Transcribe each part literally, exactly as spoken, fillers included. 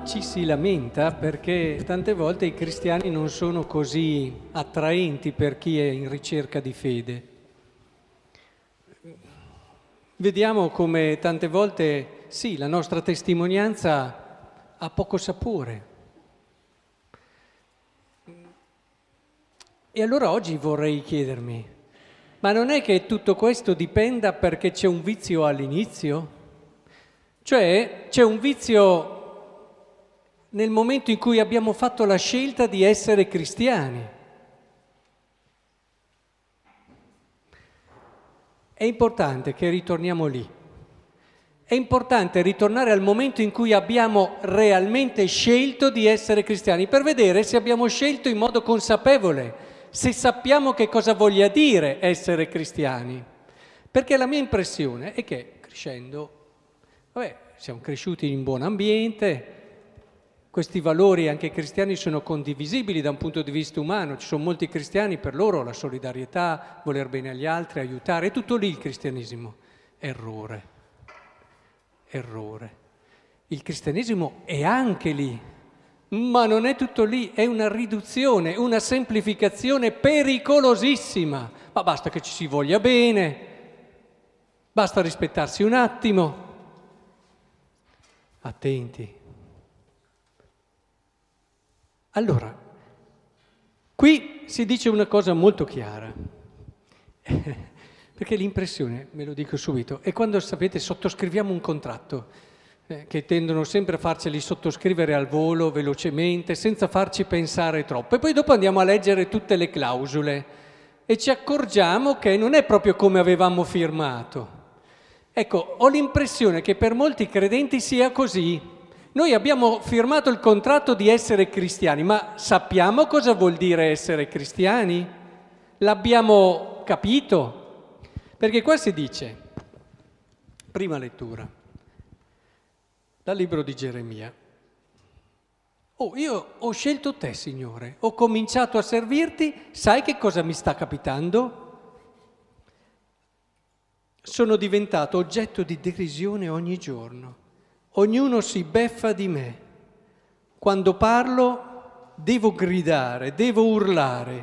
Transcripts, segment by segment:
ci si lamenta perché tante volte i cristiani non sono così attraenti per chi è in ricerca di fede. Vediamo come tante volte, sì, la nostra testimonianza ha poco sapore. E allora oggi vorrei chiedermi, ma non è che tutto questo dipenda perché c'è un vizio all'inizio? Cioè c'è un vizio nel momento in cui abbiamo fatto la scelta di essere cristiani. È importante che ritorniamo lì. È importante ritornare al momento in cui abbiamo realmente scelto di essere cristiani, per vedere se abbiamo scelto in modo consapevole, se sappiamo che cosa voglia dire essere cristiani. Perché la mia impressione è che crescendo, vabbè, siamo cresciuti in un buon ambiente, questi valori anche cristiani sono condivisibili da un punto di vista umano, ci sono molti cristiani, per loro la solidarietà, voler bene agli altri, aiutare, è tutto lì il cristianesimo. Errore, errore. Il cristianesimo è anche lì, ma non è tutto lì, è una riduzione, una semplificazione pericolosissima. Ma basta che ci si voglia bene, basta rispettarsi un attimo. Attenti. Allora, qui si dice una cosa molto chiara, perché l'impressione, me lo dico subito, è quando, sapete, sottoscriviamo un contratto, eh, che tendono sempre a farceli sottoscrivere al volo, velocemente, senza farci pensare troppo. E poi dopo andiamo a leggere tutte le clausole e ci accorgiamo che non è proprio come avevamo firmato. Ecco, ho l'impressione che per molti credenti sia così. Noi abbiamo firmato il contratto di essere cristiani, ma sappiamo cosa vuol dire essere cristiani? L'abbiamo capito? Perché qua si dice, prima lettura, dal libro di Geremia. Oh, io ho scelto te, Signore, ho cominciato a servirti, sai che cosa mi sta capitando? Sono diventato oggetto di derisione ogni giorno. Ognuno si beffa di me. Quando parlo devo gridare, devo urlare.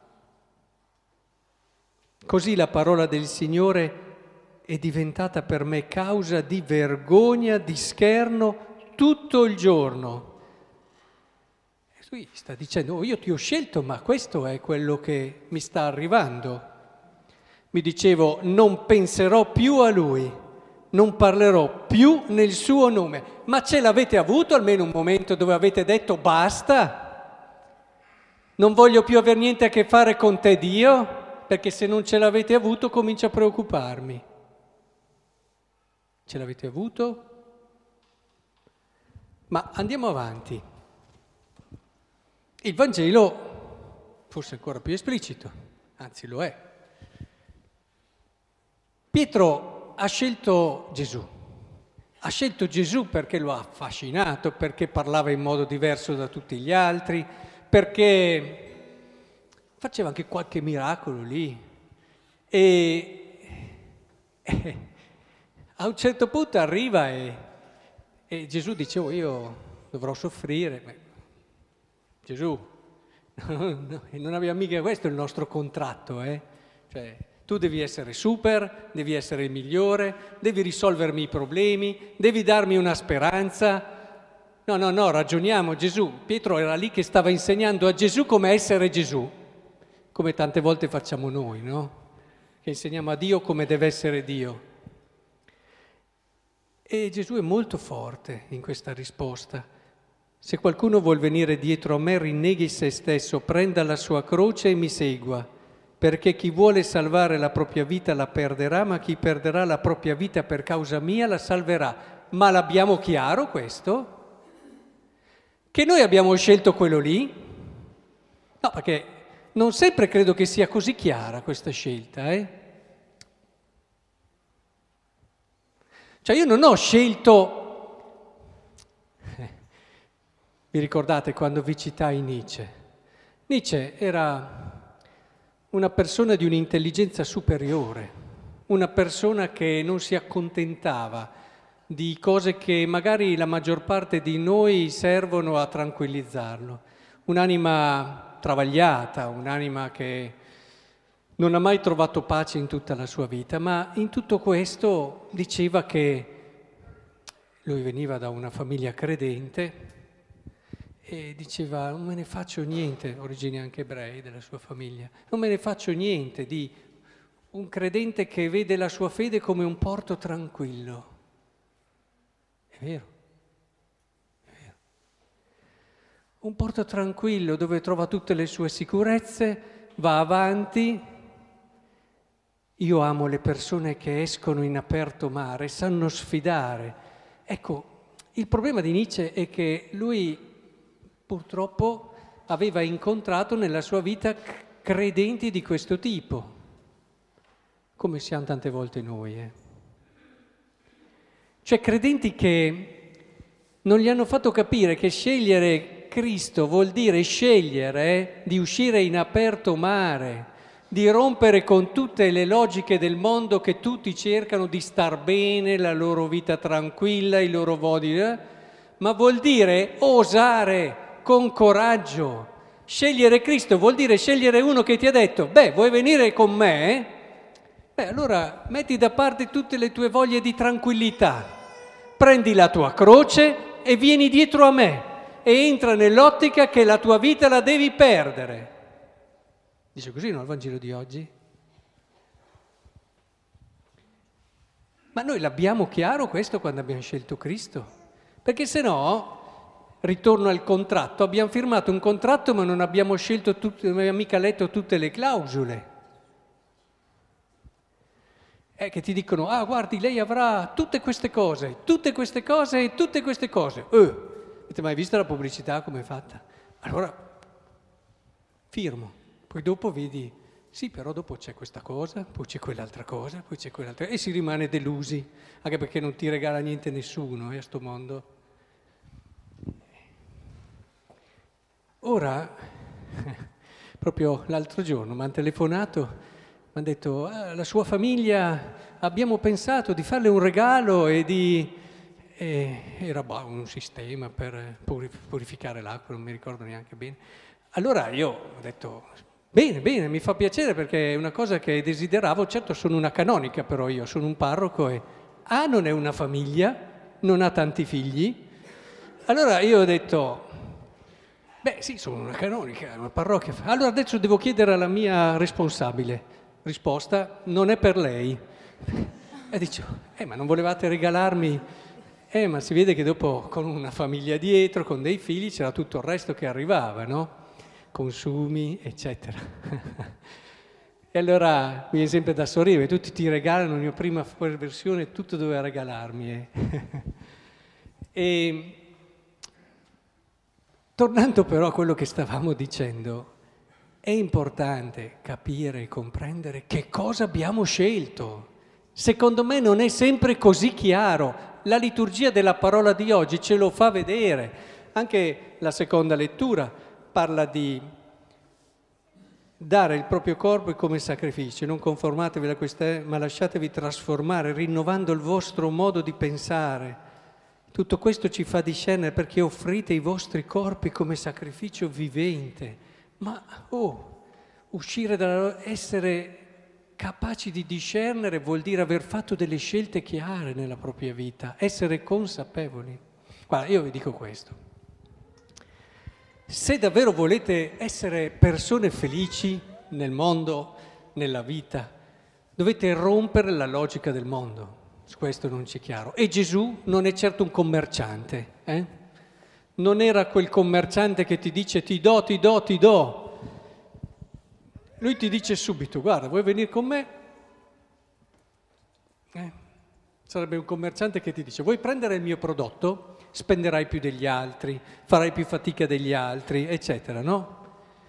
Così la parola del Signore è diventata per me causa di vergogna, di scherno tutto il giorno. E lui sta dicendo, oh, io ti ho scelto, ma questo è quello che mi sta arrivando. Mi dicevo, non penserò più a lui. Non parlerò più nel suo nome. Ma ce l'avete avuto almeno un momento dove avete detto basta? Non voglio più avere niente a che fare con te, Dio? Perché se non ce l'avete avuto comincio a preoccuparmi. Ce l'avete avuto? Ma andiamo avanti. Il Vangelo forse è ancora più esplicito, anzi lo è. Pietro ha scelto Gesù, ha scelto Gesù perché lo ha affascinato, perché parlava in modo diverso da tutti gli altri, perché faceva anche qualche miracolo lì e, e a un certo punto arriva e, e Gesù dice, oh, io dovrò soffrire. Beh, Gesù, no, non abbiamo mica questo il nostro contratto, eh? Cioè, tu devi essere super, devi essere il migliore, devi risolvermi i problemi, devi darmi una speranza. No, no, no, ragioniamo, Gesù. Pietro era lì che stava insegnando a Gesù come essere Gesù, come tante volte facciamo noi, no? Che insegniamo a Dio come deve essere Dio. E Gesù è molto forte in questa risposta. Se qualcuno vuol venire dietro a me, rinneghi se stesso, prenda la sua croce e mi segua. Perché chi vuole salvare la propria vita la perderà, ma chi perderà la propria vita per causa mia la salverà. Ma l'abbiamo chiaro questo? Che noi abbiamo scelto quello lì? No, perché non sempre credo che sia così chiara questa scelta, eh? Cioè io non ho scelto... Vi ricordate quando vi citai Nietzsche? Nietzsche era... una persona di un'intelligenza superiore, una persona che non si accontentava di cose che magari la maggior parte di noi servono a tranquillizzarlo. Un'anima travagliata, un'anima che non ha mai trovato pace in tutta la sua vita, ma in tutto questo diceva che lui veniva da una famiglia credente e diceva non me ne faccio niente, origini anche ebrei della sua famiglia, non me ne faccio niente di un credente che vede la sua fede come un porto tranquillo. È vero, è vero. Un porto tranquillo dove trova tutte le sue sicurezze, va avanti. Io amo le persone che escono in aperto mare, sanno sfidare. Ecco, il problema di Nietzsche è che lui purtroppo aveva incontrato nella sua vita credenti di questo tipo, come siamo tante volte noi. Eh. Cioè credenti che non gli hanno fatto capire che scegliere Cristo vuol dire scegliere di uscire in aperto mare, di rompere con tutte le logiche del mondo che tutti cercano di star bene, la loro vita tranquilla, i loro modi, eh? Ma vuol dire osare con coraggio. Scegliere Cristo vuol dire scegliere uno che ti ha detto, beh, vuoi venire con me? Beh, allora metti da parte tutte le tue voglie di tranquillità, prendi la tua croce e vieni dietro a me e entra nell'ottica che la tua vita la devi perdere. Dice così, no, il Vangelo di oggi? Ma noi l'abbiamo chiaro questo quando abbiamo scelto Cristo? Perché se no, ritorno al contratto, abbiamo firmato un contratto ma non abbiamo scelto, tutte, non abbiamo mica letto tutte le clausole. Eh, che ti dicono, ah guardi, lei avrà tutte queste cose, tutte queste cose e tutte queste cose. Eh, avete mai visto la pubblicità come è fatta? Allora, firmo, poi dopo vedi, sì, però dopo c'è questa cosa, poi c'è quell'altra cosa, poi c'è quell'altra, e si rimane delusi, anche perché non ti regala niente nessuno, eh, a sto mondo. Ora, proprio l'altro giorno mi hanno telefonato, mi hanno detto, ah, la sua famiglia, abbiamo pensato di farle un regalo e di... E era bah, un sistema per purificare l'acqua, non mi ricordo neanche bene. Allora io ho detto, bene, bene, mi fa piacere perché è una cosa che desideravo, certo sono una canonica però io, sono un parroco e A, non è una famiglia, non ha tanti figli. Allora io ho detto... Beh sì, sono una canonica, una parrocchia. Allora adesso devo chiedere alla mia responsabile. Risposta, non è per lei. E dicevo, eh ma non volevate regalarmi? Eh ma si vede che dopo con una famiglia dietro, con dei figli, c'era tutto il resto che arrivava, no? Consumi, eccetera. E allora mi viene sempre da sorridere, tutti ti regalano, la mia prima versione, tutto doveva regalarmi. Eh. E... Tornando però a quello che stavamo dicendo, è importante capire e comprendere che cosa abbiamo scelto. Secondo me non è sempre così chiaro. La liturgia della parola di oggi ce lo fa vedere. Anche la seconda lettura parla di dare il proprio corpo come sacrificio. Non conformatevi a questa, ma lasciatevi trasformare, rinnovando il vostro modo di pensare. Tutto questo ci fa discernere perché offrite i vostri corpi come sacrificio vivente. Ma, oh, uscire da essere capaci di discernere vuol dire aver fatto delle scelte chiare nella propria vita, essere consapevoli. Guarda, io vi dico questo. Se davvero volete essere persone felici nel mondo, nella vita, dovete rompere la logica del mondo. Su questo non c'è chiaro. E Gesù non è certo un commerciante, eh? Non era quel commerciante che ti dice ti do, ti do, ti do. Lui ti dice subito, guarda, vuoi venire con me? Eh? Sarebbe un commerciante che ti dice, vuoi prendere il mio prodotto? Spenderai più degli altri, farai più fatica degli altri, eccetera, no?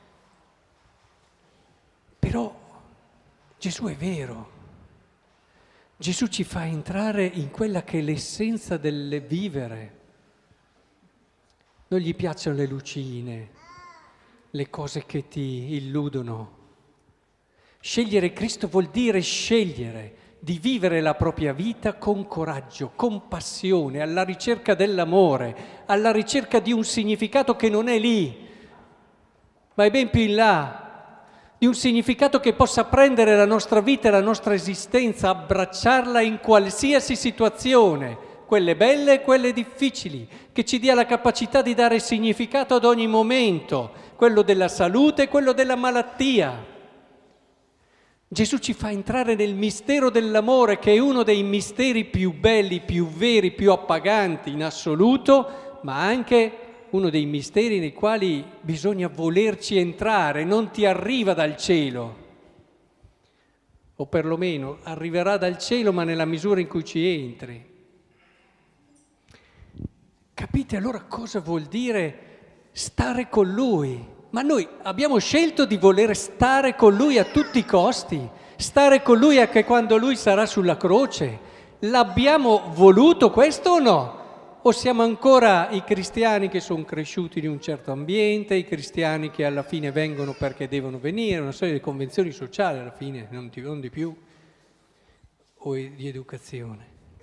Però Gesù è vero. Gesù ci fa entrare in quella che è l'essenza del vivere. Non gli piacciono le lucine, le cose che ti illudono. Scegliere Cristo vuol dire scegliere, di vivere la propria vita con coraggio, con passione, alla ricerca dell'amore, alla ricerca di un significato che non è lì, ma è ben più in là, di un significato che possa prendere la nostra vita e la nostra esistenza, abbracciarla in qualsiasi situazione, quelle belle e quelle difficili, che ci dia la capacità di dare significato ad ogni momento, quello della salute e quello della malattia. Gesù ci fa entrare nel mistero dell'amore, che è uno dei misteri più belli, più veri, più appaganti in assoluto, ma anche uno dei misteri nei quali bisogna volerci entrare, non ti arriva dal cielo, o perlomeno arriverà dal cielo, ma nella misura in cui ci entri. Capite allora cosa vuol dire stare con Lui? Ma noi abbiamo scelto di voler stare con Lui a tutti i costi, stare con Lui anche quando Lui sarà sulla croce. L'abbiamo voluto questo o no? O siamo ancora i cristiani che sono cresciuti in un certo ambiente, i cristiani che alla fine vengono perché devono venire, una serie di convenzioni sociali alla fine, non di, non di più, o di educazione.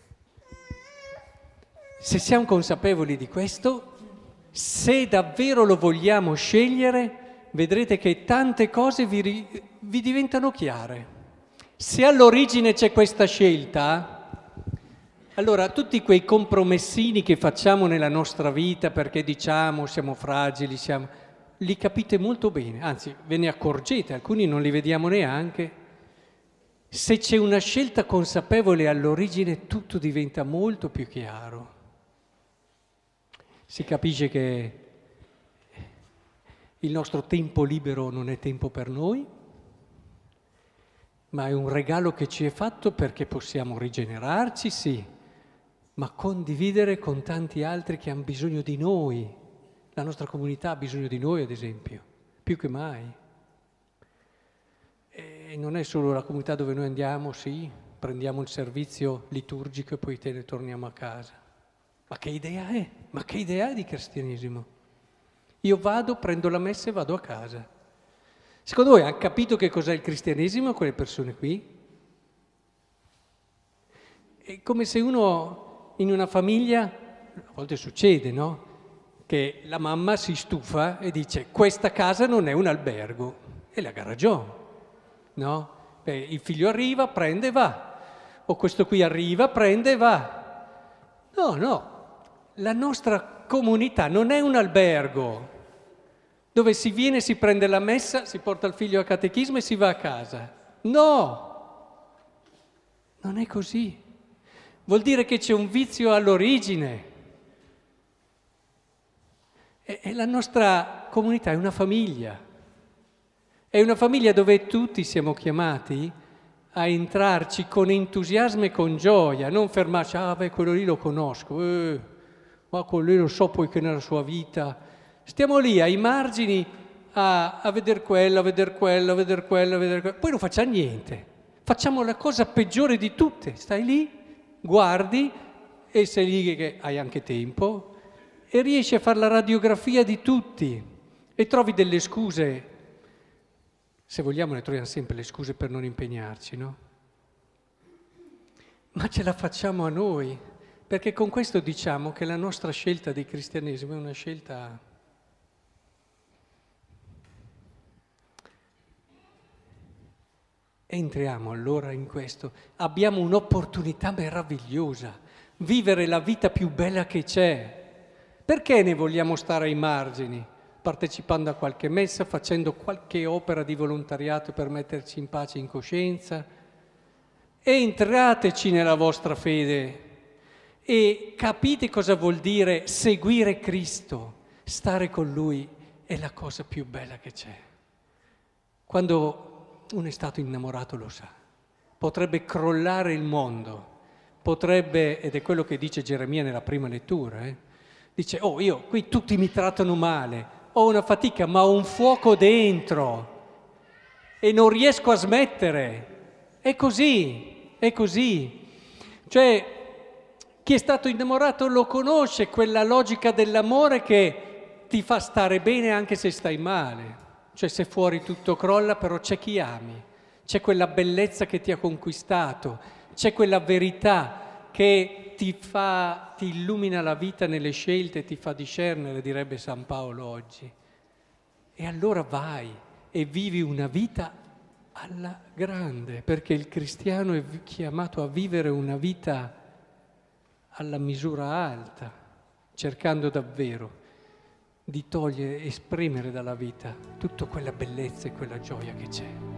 Se siamo consapevoli di questo, se davvero lo vogliamo scegliere, vedrete che tante cose vi, vi diventano chiare. Se all'origine c'è questa scelta, allora tutti quei compromessini che facciamo nella nostra vita perché diciamo siamo fragili, siamo, li capite molto bene, anzi ve ne accorgete, alcuni non li vediamo neanche. Se c'è una scelta consapevole all'origine, tutto diventa molto più chiaro. Si capisce che il nostro tempo libero non è tempo per noi, ma è un regalo che ci è fatto perché possiamo rigenerarci, sì, ma condividere con tanti altri che hanno bisogno di noi. La nostra comunità ha bisogno di noi, ad esempio, più che mai. E non è solo la comunità dove noi andiamo, sì, prendiamo il servizio liturgico e poi te ne torniamo a casa. Ma che idea è? Ma che idea è di cristianesimo? Io vado, prendo la messa e vado a casa. Secondo voi hanno capito che cos'è il cristianesimo quelle persone qui? È come se uno in una famiglia, a volte succede, no? Che la mamma si stufa e dice questa casa non è un albergo. E le ha ragione, no? Beh, il figlio arriva, prende e va. O questo qui arriva, prende e va. No, no. La nostra comunità non è un albergo dove si viene, si prende la messa, si porta il figlio al catechismo e si va a casa. No, non è così. Vuol dire che c'è un vizio all'origine. E, e la nostra comunità è una famiglia. È una famiglia dove tutti siamo chiamati a entrarci con entusiasmo e con gioia, non fermarci, ah beh, quello lì lo conosco, eh, ma quello lì lo so poi che nella sua vita. Stiamo lì ai margini a, a vedere quello, a vedere quello, a vedere quello, a vedere quello. Poi non facciamo niente. Facciamo la cosa peggiore di tutte. Stai lì, guardi e sei lì che hai anche tempo e riesci a fare la radiografia di tutti e trovi delle scuse. Se vogliamo ne troviamo sempre le scuse per non impegnarci, no? Ma ce la facciamo a noi, perché con questo diciamo che la nostra scelta di cristianesimo è una scelta entriamo allora in questo. Abbiamo un'opportunità meravigliosa, vivere la vita più bella che c'è. Perché ne vogliamo stare ai margini? Partecipando a qualche messa, facendo qualche opera di volontariato per metterci in pace e in coscienza. Entrateci nella vostra fede e capite cosa vuol dire seguire Cristo, stare con Lui è la cosa più bella che c'è. Quando uno è stato innamorato lo sa, potrebbe crollare il mondo, potrebbe, ed è quello che dice Geremia nella prima lettura, eh? Dice, oh io qui tutti mi trattano male, ho una fatica ma ho un fuoco dentro e non riesco a smettere, è così, è così. Cioè chi è stato innamorato lo conosce, quella logica dell'amore che ti fa stare bene anche se stai male. Cioè se fuori tutto crolla, però c'è chi ami, c'è quella bellezza che ti ha conquistato, c'è quella verità che ti fa, ti illumina la vita nelle scelte, ti fa discernere, direbbe San Paolo oggi. E allora vai e vivi una vita alla grande, perché il cristiano è chiamato a vivere una vita alla misura alta, cercando davvero di togliere, esprimere dalla vita tutta quella bellezza e quella gioia che c'è.